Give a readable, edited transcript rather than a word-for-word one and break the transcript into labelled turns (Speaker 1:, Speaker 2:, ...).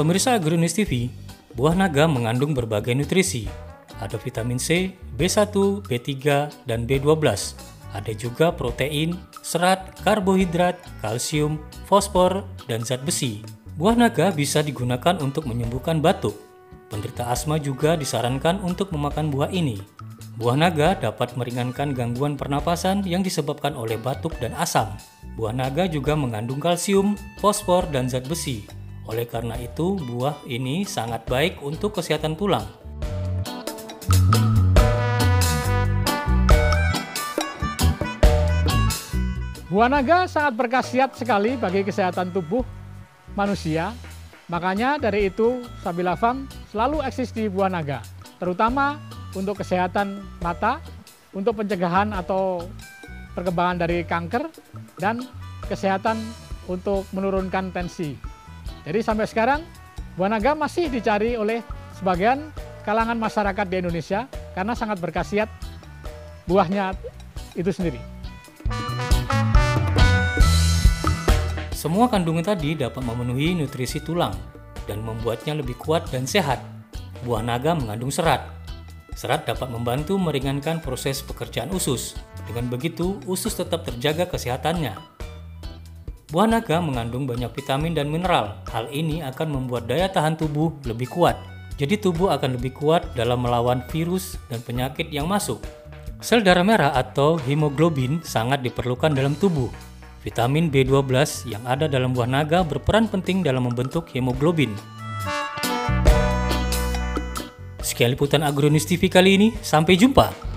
Speaker 1: Pemirsa Agronews TV, buah naga mengandung berbagai nutrisi. Ada vitamin C, B1, B3, dan B12. Ada juga protein, serat, karbohidrat, kalsium, fosfor, dan zat besi. Buah naga bisa digunakan untuk menyembuhkan batuk. Penderita asma juga disarankan untuk memakan buah ini. Buah naga dapat meringankan gangguan pernapasan yang disebabkan oleh batuk dan asam. Buah naga juga mengandung kalsium, fosfor, dan zat besi. Oleh karena itu, buah ini sangat baik untuk kesehatan tulang.
Speaker 2: Buah naga sangat berkhasiat sekali bagi kesehatan tubuh manusia. Makanya dari itu Sabila Farm selalu eksis di buah naga, terutama untuk kesehatan mata, untuk pencegahan atau perkembangan dari kanker, dan kesehatan untuk menurunkan tensi. Jadi sampai sekarang buah naga masih dicari oleh sebagian kalangan masyarakat di Indonesia karena sangat berkhasiat buahnya itu sendiri.
Speaker 1: Semua kandungan tadi dapat memenuhi nutrisi tulang dan membuatnya lebih kuat dan sehat. Buah naga mengandung serat. Serat dapat membantu meringankan proses pekerjaan usus. Dengan begitu, usus tetap terjaga kesehatannya. Buah naga mengandung banyak vitamin dan mineral. Hal ini akan membuat daya tahan tubuh lebih kuat. Jadi tubuh akan lebih kuat dalam melawan virus dan penyakit yang masuk. Sel darah merah atau hemoglobin sangat diperlukan dalam tubuh. Vitamin B12 yang ada dalam buah naga berperan penting dalam membentuk hemoglobin. Sekian liputan Agronews TV kali ini, sampai jumpa.